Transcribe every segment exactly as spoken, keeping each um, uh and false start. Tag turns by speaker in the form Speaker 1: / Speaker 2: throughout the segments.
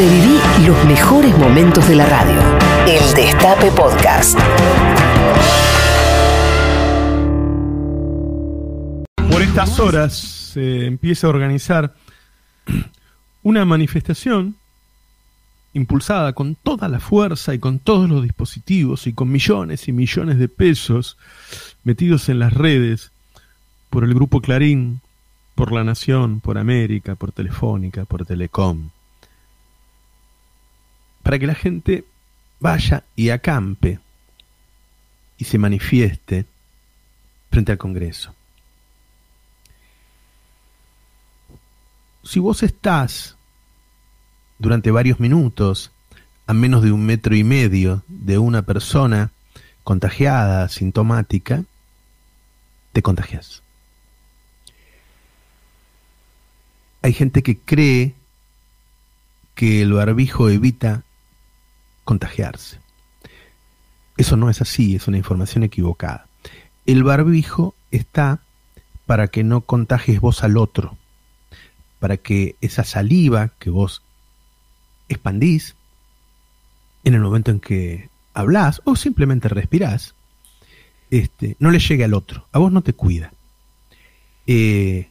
Speaker 1: Reviví los mejores momentos de la radio. El Destape Podcast.
Speaker 2: Por estas horas se empieza a organizar una manifestación impulsada con toda la fuerza y con todos los dispositivos y con millones y millones de pesos metidos en las redes por el Grupo Clarín, por La Nación, por América, por Telefónica, por Telecom, para que la gente vaya y acampe y se manifieste frente al Congreso. Si vos estás durante varios minutos a menos de un metro y medio de una persona contagiada, sintomática, te contagias. Hay gente que cree que el barbijo evita contagiarse. Eso no es así, es una información equivocada. El barbijo está para que no contagies vos al otro, para que esa saliva que vos expandís en el momento en que hablás o simplemente respirás, este, no le llegue al otro, a vos no te cuida. Eh,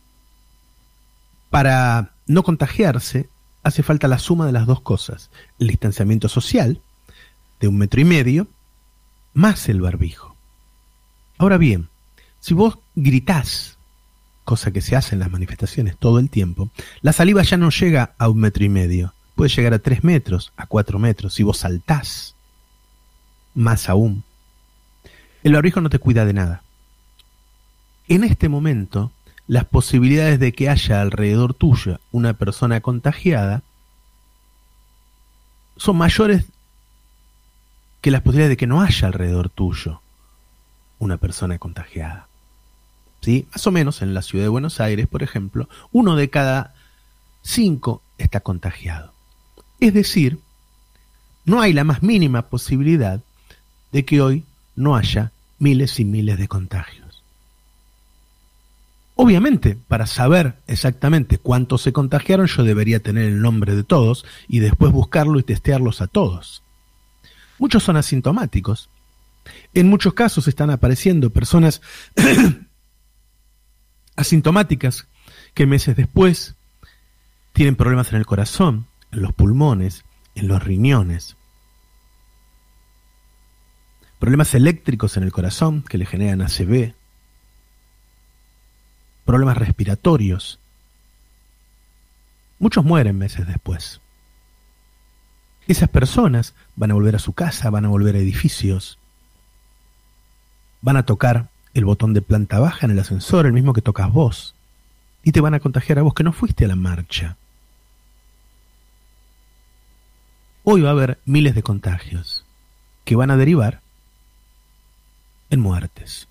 Speaker 2: para no contagiarse hace falta la suma de las dos cosas: el distanciamiento social de un metro y medio más el barbijo. Ahora bien, si vos gritás, cosa que se hace en las manifestaciones todo el tiempo, la saliva ya no llega a un metro y medio, puede llegar a tres metros, a cuatro metros. Si vos saltás, más aún. El barbijo no te cuida de nada. En este momento, las posibilidades de que haya alrededor tuyo una persona contagiada son mayores que las posibilidades de que no haya alrededor tuyo una persona contagiada. ¿Sí? Más o menos en la ciudad de Buenos Aires, por ejemplo, uno de cada cinco está contagiado. Es decir, no hay la más mínima posibilidad de que hoy no haya miles y miles de contagios. Obviamente, para saber exactamente cuántos se contagiaron, yo debería tener el nombre de todos y después buscarlo y testearlos a todos. Muchos son asintomáticos. En muchos casos están apareciendo personas asintomáticas que meses después tienen problemas en el corazón, en los pulmones, en los riñones, problemas eléctricos en el corazón que le generan A C V, problemas respiratorios. Muchos mueren meses después. Esas personas van a volver a su casa, van a volver a edificios, van a tocar el botón de planta baja en el ascensor, el mismo que tocas vos, y te van a contagiar a vos que no fuiste a la marcha. Hoy va a haber miles de contagios que van a derivar en muertes.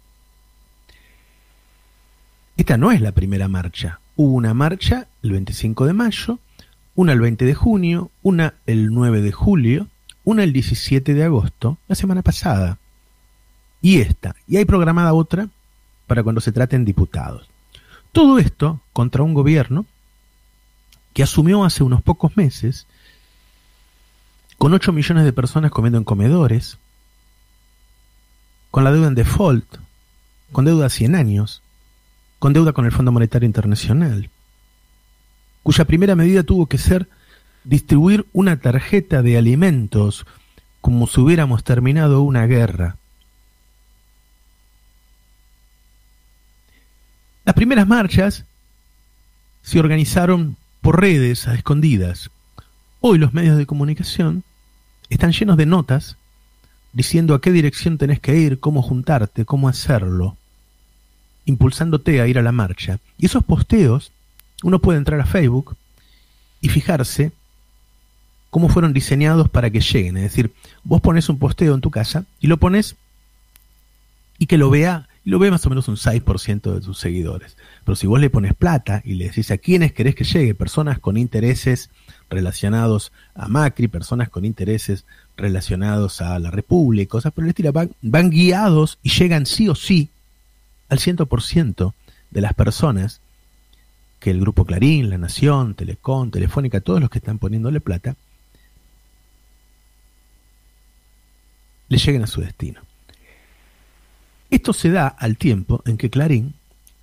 Speaker 2: Esta no es la primera marcha. Hubo una marcha el veinticinco de mayo, una el veinte de junio, una el nueve de julio, una el diecisiete de agosto, la semana pasada. Y esta, y hay programada otra para cuando se traten diputados. Todo esto contra un gobierno que asumió hace unos pocos meses con ocho millones de personas comiendo en comedores, con la deuda en default, con deuda a cien años, con deuda con el Fondo Monetario Internacional, cuya primera medida tuvo que ser distribuir una tarjeta de alimentos como si hubiéramos terminado una guerra. Las primeras marchas se organizaron por redes a escondidas. Hoy los medios de comunicación están llenos de notas diciendo a qué dirección tenés que ir, cómo juntarte, cómo hacerlo, impulsándote a ir a la marcha. Y esos posteos, uno puede entrar a Facebook y fijarse cómo fueron diseñados para que lleguen. Es decir, vos pones un posteo en tu casa y lo pones y que lo vea, y lo ve más o menos un seis por ciento de tus seguidores. Pero si vos le pones plata y le decís a quiénes querés que llegue, personas con intereses relacionados a Macri, personas con intereses relacionados a la República, cosas por el estilo, van, van guiados y llegan sí o sí al cien por ciento de las personas que el Grupo Clarín, La Nación, Telecom, Telefónica, todos los que están poniéndole plata, le lleguen a su destino. Esto se da al tiempo en que Clarín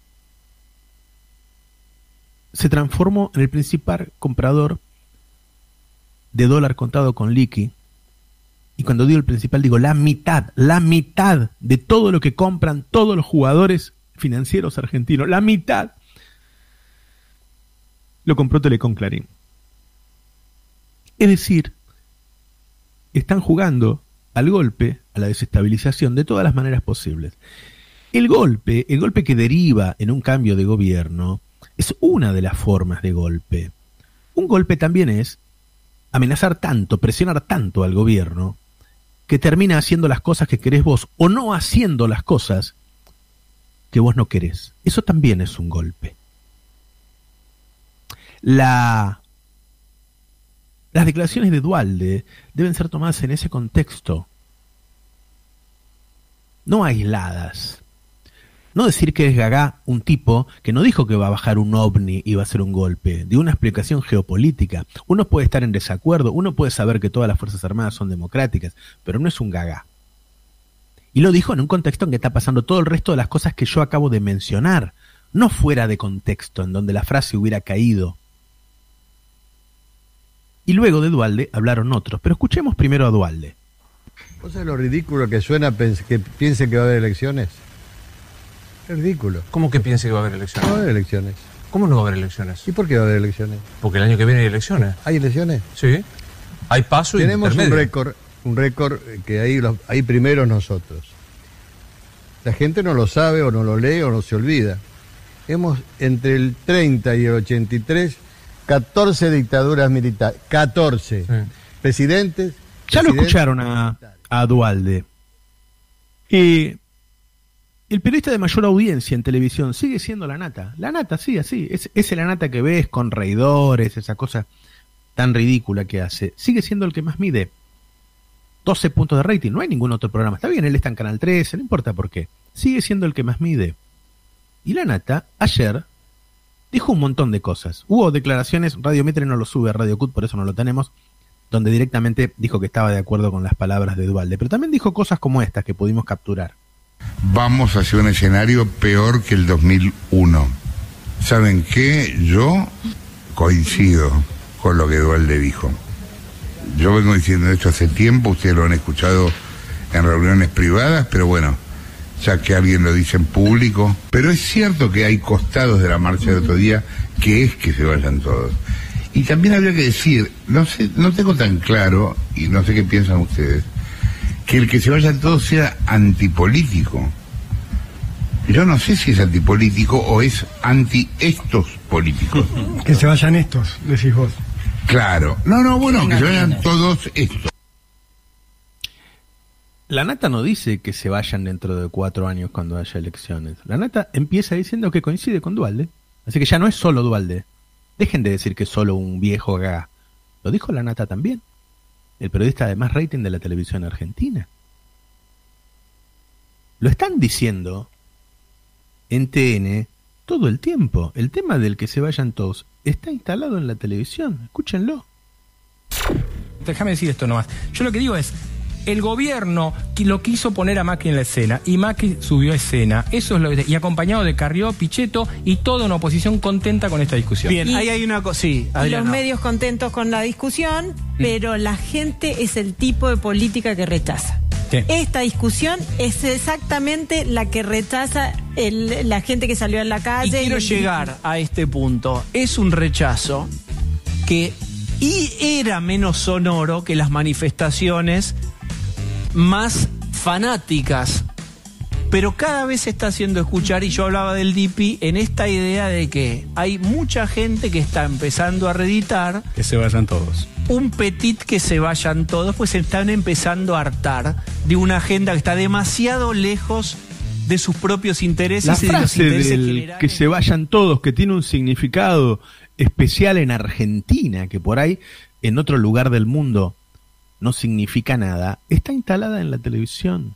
Speaker 2: se transformó en el principal comprador de dólar contado con liqui. Y cuando digo el principal, digo la mitad, la mitad de todo lo que compran todos los jugadores financieros argentinos, la mitad lo compró Telecom Clarín. Es decir, están jugando al golpe, a la desestabilización de todas las maneras posibles. El golpe, el golpe que deriva en un cambio de gobierno, es una de las formas de golpe. Un golpe también es amenazar tanto, presionar tanto al gobierno, que termina haciendo las cosas que querés vos, o no haciendo las cosas que vos no querés. Eso también es un golpe. La, las declaraciones de Duhalde deben ser tomadas en ese contexto, no aisladas. No decir que es Gagá un tipo que no dijo que va a bajar un ovni y va a ser un golpe, dio una explicación geopolítica. Uno puede estar en desacuerdo, uno puede saber que todas las Fuerzas Armadas son democráticas, pero no es un Gagá. Y lo dijo en un contexto en que está pasando todo el resto de las cosas que yo acabo de mencionar, no fuera de contexto, en donde la frase hubiera caído. Y luego de Duhalde hablaron otros, pero escuchemos primero a Duhalde.
Speaker 3: ¿Vos sabés lo ridículo que suena que piense que va a haber elecciones? Es ridículo.
Speaker 4: ¿Cómo que piense que va a haber elecciones?
Speaker 3: No va a haber elecciones.
Speaker 4: ¿Cómo no va a haber elecciones?
Speaker 3: ¿Y por qué va a haber elecciones?
Speaker 4: Porque el año que viene hay elecciones.
Speaker 3: ¿Hay elecciones?
Speaker 4: Sí. Hay paso y
Speaker 3: Tenemos
Speaker 4: intermedio.
Speaker 3: un récord, un récord que ahí, los, ahí primero nosotros. La gente no lo sabe o no lo lee o no se olvida. Hemos entre el treinta y el ochenta y tres, catorce dictaduras militares. catorce. Sí. Presidentes.
Speaker 2: Ya lo escucharon a, a Duhalde. Y el periodista de mayor audiencia en televisión sigue siendo La Nata. La Nata, sí, así. Es, es La Nata que ves con reidores, esa cosa tan ridícula que hace. Sigue siendo el que más mide. doce puntos de rating. No hay ningún otro programa. Está bien, él está en Canal trece, no importa por qué. Sigue siendo el que más mide. Y La Nata, ayer, dijo un montón de cosas. Hubo declaraciones, Radio Mitre no lo sube a Radio Cut, por eso no lo tenemos, donde directamente dijo que estaba de acuerdo con las palabras de Duhalde. Pero también dijo cosas como estas que pudimos capturar.
Speaker 5: Vamos hacia un escenario peor que el dos mil uno. ¿Saben qué? Yo coincido con lo que Duhalde dijo. Yo vengo diciendo esto hace tiempo, ustedes lo han escuchado en reuniones privadas, pero bueno, ya que alguien lo dice en público. Pero es cierto que hay costados de la marcha del otro día que es que se vayan todos. Y también habría que decir, no sé, no tengo tan claro, y no sé qué piensan ustedes, que el que se vayan todos sea antipolítico. Yo no sé si es antipolítico o es anti estos políticos.
Speaker 6: Que se vayan estos, decís vos.
Speaker 5: Claro. No, no, bueno, que se vayan todos estos.
Speaker 2: La Nata no dice que se vayan dentro de cuatro años cuando haya elecciones. La Nata empieza diciendo que coincide con Duhalde. Así que ya no es solo Duhalde. Dejen de decir que es solo un viejo Gagá. Lo dijo La Nata también. El periodista de más rating de la televisión argentina. Lo están diciendo en T N todo el tiempo. El tema del que se vayan todos está instalado en la televisión. Escúchenlo.
Speaker 7: Déjame decir esto nomás. Yo lo que digo es, el gobierno lo quiso poner a Macri en la escena y Macri subió a escena. Eso es lo que, y acompañado de Carrió, Pichetto y toda una oposición contenta con esta discusión.
Speaker 8: Bien, y, ahí hay una cosa. Sí,
Speaker 9: y los medios contentos con la discusión, mm. pero la gente es el tipo de política que rechaza. Sí. Esta discusión es exactamente la que rechaza el, la gente que salió a la calle.
Speaker 8: Y quiero y llegar a este punto. Es un rechazo que y era menos sonoro que las manifestaciones más fanáticas, pero cada vez se está haciendo escuchar, y yo hablaba del D P en esta idea de que hay mucha gente que está empezando a reeditar
Speaker 4: que se vayan todos.
Speaker 8: Un petit que se vayan todos, pues se están empezando a hartar de una agenda que está demasiado lejos de sus propios intereses.
Speaker 2: La
Speaker 8: y de
Speaker 2: frase
Speaker 8: los intereses
Speaker 2: del
Speaker 8: generales.
Speaker 2: Que se vayan todos, que tiene un significado especial en Argentina, que por ahí en otro lugar del mundo no significa nada, está instalada en la televisión.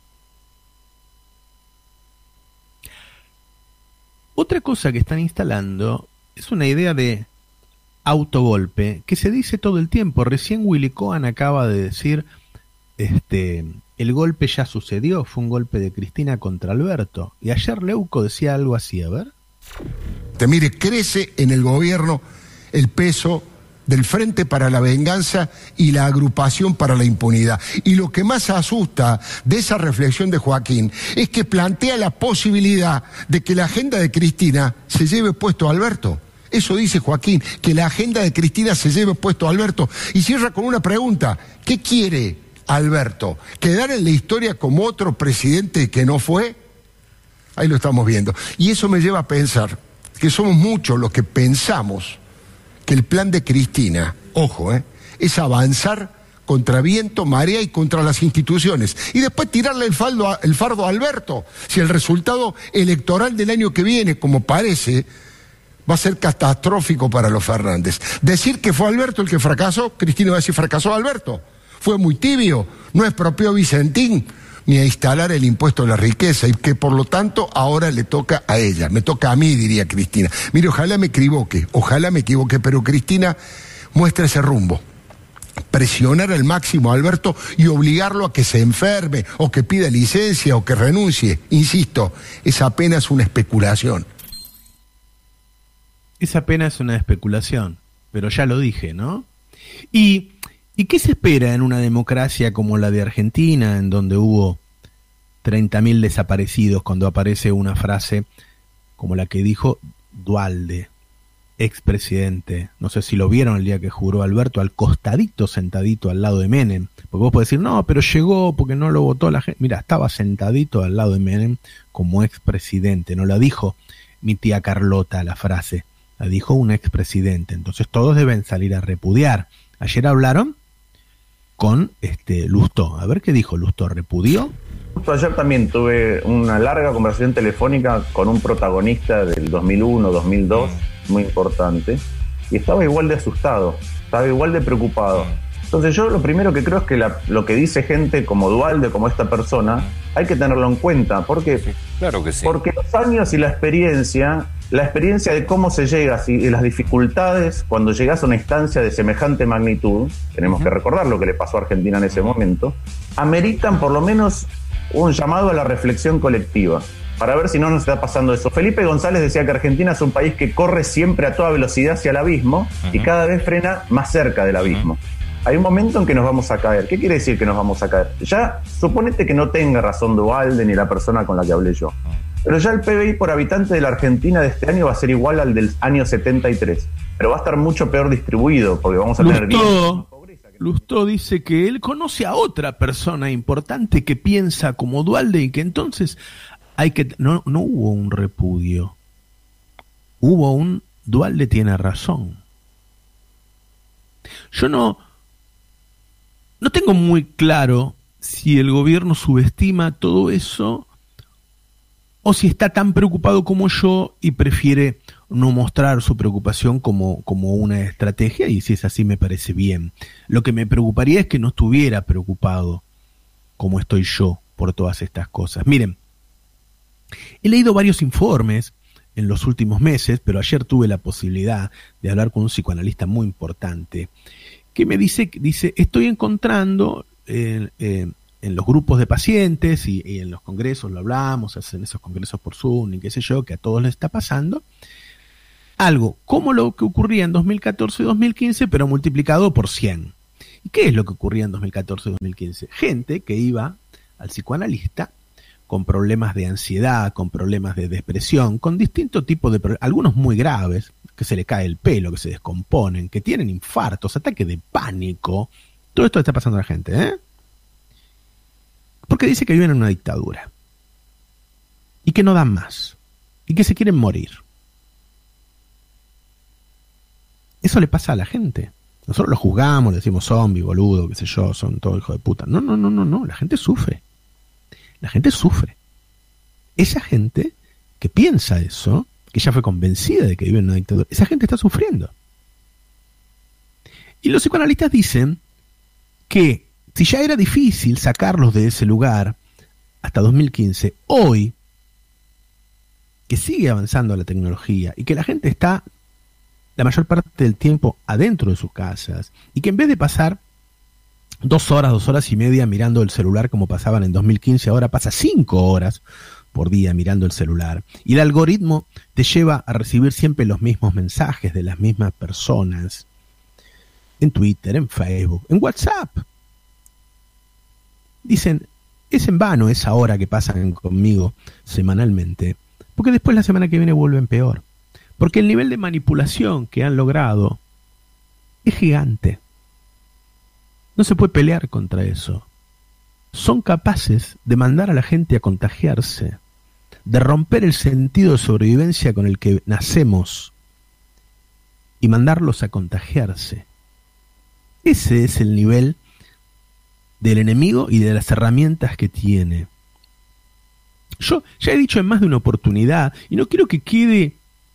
Speaker 2: Otra cosa que están instalando es una idea de autogolpe que se dice todo el tiempo. Recién Willy Cohen acaba de decir, este, el golpe ya sucedió, fue un golpe de Cristina contra Alberto. Y ayer Leuco decía algo así, a ver.
Speaker 10: Te mire, crece en el gobierno el peso del Frente para la Venganza y la Agrupación para la Impunidad. Y lo que más asusta de esa reflexión de Joaquín es que plantea la posibilidad de que la agenda de Cristina se lleve puesto a Alberto. Eso dice Joaquín, que la agenda de Cristina se lleve puesto a Alberto. Y cierra con una pregunta: ¿qué quiere Alberto? ¿Quedar en la historia como otro presidente que no fue? Ahí lo estamos viendo. Y eso me lleva a pensar que somos muchos los que pensamos que el plan de Cristina, ojo, eh, es avanzar contra viento, marea y contra las instituciones. Y después tirarle el fardo, a, el fardo a Alberto. Si el resultado electoral del año que viene, como parece, va a ser catastrófico para los Fernández. Decir que fue Alberto el que fracasó, Cristina va a decir fracasó Alberto. Fue muy tibio, no expropió Vicentín, ni a instalar el impuesto a la riqueza, y que por lo tanto ahora le toca a ella, me toca a mí, diría Cristina. Mire, ojalá me equivoque, ojalá me equivoque, pero Cristina muestra ese rumbo. Presionar al máximo a Alberto y obligarlo a que se enferme, o que pida licencia, o que renuncie. Insisto, es apenas una especulación.
Speaker 2: Es apenas una especulación, pero ya lo dije, ¿no? Y, ¿y qué se espera en una democracia como la de Argentina, en donde hubo treinta mil desaparecidos, cuando aparece una frase como la que dijo Duhalde, expresidente? No sé si lo vieron el día que juró Alberto, al costadito, sentadito al lado de Menem. Porque vos podés decir, no, pero llegó porque no lo votó la gente. Mira, estaba sentadito al lado de Menem como expresidente. No la dijo mi tía Carlota la frase, la dijo un expresidente. Entonces todos deben salir a repudiar. Ayer hablaron con este Lustó. A ver qué dijo Lustó. ¿Repudió?
Speaker 11: Justo ayer también tuve una larga conversación telefónica con un protagonista del dos mil uno, dos mil dos, muy importante, y estaba igual de asustado, estaba igual de preocupado. Entonces yo lo primero que creo es que la, lo que dice gente como Duhalde, como esta persona, hay que tenerlo en cuenta. ¿Por qué?
Speaker 4: Claro que sí.
Speaker 11: Porque los años y la experiencia, la experiencia de cómo se llega y las dificultades cuando llegas a una instancia de semejante magnitud, tenemos uh-huh. que recordar lo que le pasó a Argentina en ese momento, ameritan por lo menos un llamado a la reflexión colectiva, para ver si no nos está pasando eso. Felipe González decía que Argentina es un país que corre siempre a toda velocidad hacia el abismo uh-huh. y cada vez frena más cerca del abismo. Uh-huh. Hay un momento en que nos vamos a caer. ¿Qué quiere decir que nos vamos a caer? Ya, suponete que no tenga razón Duhalde ni la persona con la que hablé yo. Pero ya el P B I por habitante de la Argentina de este año va a ser igual al del año setenta y tres. Pero va a estar mucho peor distribuido, porque vamos a tener...
Speaker 2: Lustó, Lustó dice que él conoce a otra persona importante que piensa como Duhalde y que entonces hay que... No, no hubo un repudio. Hubo un... Duhalde tiene razón. Yo no... No tengo muy claro si el gobierno subestima todo eso o si está tan preocupado como yo y prefiere no mostrar su preocupación como, como una estrategia, y si es así me parece bien. Lo que me preocuparía es que no estuviera preocupado como estoy yo por todas estas cosas. Miren, he leído varios informes en los últimos meses, pero ayer tuve la posibilidad de hablar con un psicoanalista muy importante que me dice, dice estoy encontrando eh, eh, en los grupos de pacientes y, y en los congresos, lo hablamos, hacen esos congresos por Zoom y qué sé yo, que a todos les está pasando, algo como lo que ocurría en dos mil catorce y dos mil quince, pero multiplicado por cien. ¿Y qué es lo que ocurría en dos mil catorce y dos mil quince? Gente que iba al psicoanalista con problemas de ansiedad, con problemas de depresión, con distintos tipos de problemas, algunos muy graves, que se le cae el pelo, que se descomponen, que tienen infartos, ataques de pánico. Todo esto está pasando a la gente, ¿eh? Porque dice que viven en una dictadura. Y que no dan más. Y que se quieren morir. Eso le pasa a la gente. Nosotros lo juzgamos, le decimos zombie, boludo, qué sé yo, son todo hijo de puta. No, no, no, no, no. La gente sufre. La gente sufre. Esa gente que piensa eso, que ya fue convencida de que vive en una dictadura, esa gente está sufriendo. Y los psicoanalistas dicen que si ya era difícil sacarlos de ese lugar hasta dos mil quince, hoy, que sigue avanzando la tecnología y que la gente está la mayor parte del tiempo adentro de sus casas y que en vez de pasar dos horas, dos horas y media mirando el celular como pasaban en dos mil quince, ahora pasa cinco horas por día mirando el celular. Y el algoritmo te lleva a recibir siempre los mismos mensajes de las mismas personas. En Twitter, en Facebook, en WhatsApp. Dicen, es en vano esa hora que pasan conmigo semanalmente, porque después la semana que viene vuelven peor. Porque el nivel de manipulación que han logrado es gigante. No se puede pelear contra eso. Son capaces de mandar a la gente a contagiarse, de romper el sentido de sobrevivencia con el que nacemos y mandarlos a contagiarse. Ese es el nivel del enemigo y de las herramientas que tiene. Yo ya he dicho en más de una oportunidad, y no quiero que quede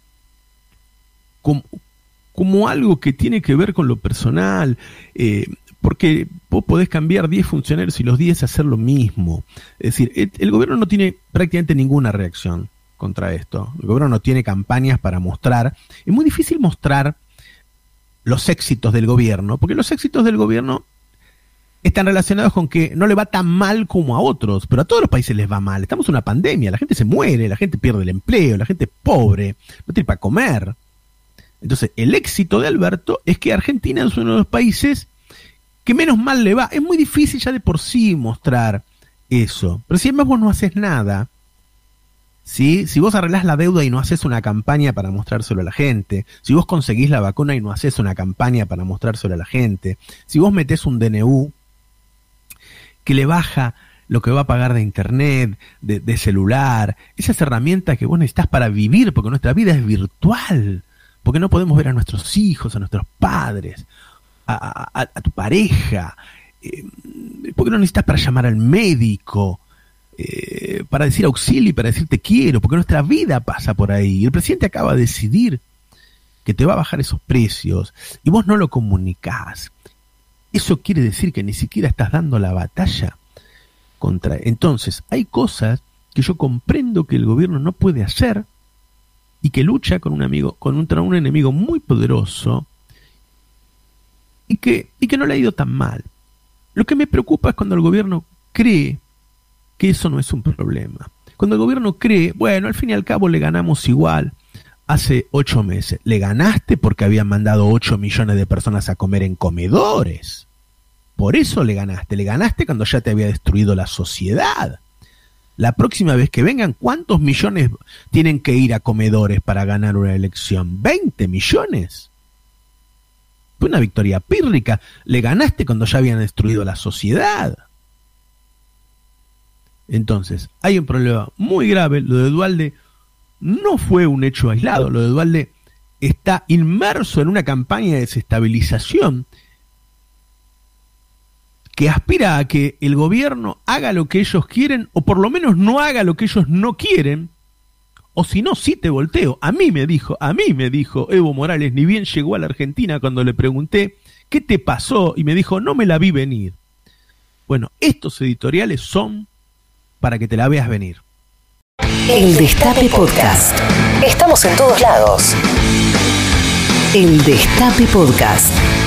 Speaker 2: como, como algo que tiene que ver con lo personal, eh, porque vos podés cambiar diez funcionarios y los diez hacer lo mismo. Es decir, el, el gobierno no tiene prácticamente ninguna reacción contra esto. El gobierno no tiene campañas para mostrar. Es muy difícil mostrar los éxitos del gobierno, porque los éxitos del gobierno están relacionados con que no le va tan mal como a otros, pero a todos los países les va mal. Estamos en una pandemia, la gente se muere, la gente pierde el empleo, la gente es pobre, no tiene para comer. Entonces, el éxito de Alberto es que Argentina es uno de los países que menos mal le va. Es muy difícil ya de por sí mostrar eso. Pero si además vos no haces nada, ¿sí? Si vos arreglás la deuda y no haces una campaña para mostrárselo a la gente, si vos conseguís la vacuna y no haces una campaña para mostrárselo a la gente, si vos metés un D N U que le baja lo que va a pagar de internet, de, de celular, esas herramientas que vos necesitas para vivir, porque nuestra vida es virtual, porque no podemos ver a nuestros hijos, a nuestros padres, a, a, a tu pareja, eh, porque no necesitas para llamar al médico, eh, para decir auxilio y para decir te quiero, porque nuestra vida pasa por ahí. Y el presidente acaba de decidir que te va a bajar esos precios y vos no lo comunicás. Eso quiere decir que ni siquiera estás dando la batalla contra. Entonces, hay cosas que yo comprendo que el gobierno no puede hacer y que lucha con un amigo, contra un enemigo muy poderoso y que, y que no le ha ido tan mal. Lo que me preocupa es cuando el gobierno cree que eso no es un problema. Cuando el gobierno cree, bueno, al fin y al cabo le ganamos igual. Hace ocho meses. Le ganaste porque habían mandado ocho millones de personas a comer en comedores. Por eso le ganaste. Le ganaste cuando ya te había destruido la sociedad. La próxima vez que vengan, ¿cuántos millones tienen que ir a comedores para ganar una elección? ¿veinte millones? Fue una victoria pírrica. Le ganaste cuando ya habían destruido la sociedad. Entonces, hay un problema muy grave. Lo de Duhalde no fue un hecho aislado. Lo de Duhalde está inmerso en una campaña de desestabilización que aspira a que el gobierno haga lo que ellos quieren, o por lo menos no haga lo que ellos no quieren, o si no, sí te volteo. A mí me dijo, a mí me dijo Evo Morales, ni bien llegó a la Argentina, cuando le pregunté, ¿qué te pasó? Y me dijo, no me la vi venir. Bueno, estos editoriales son para que te la veas venir.
Speaker 1: El Destape Podcast. Estamos en todos lados. El Destape Podcast.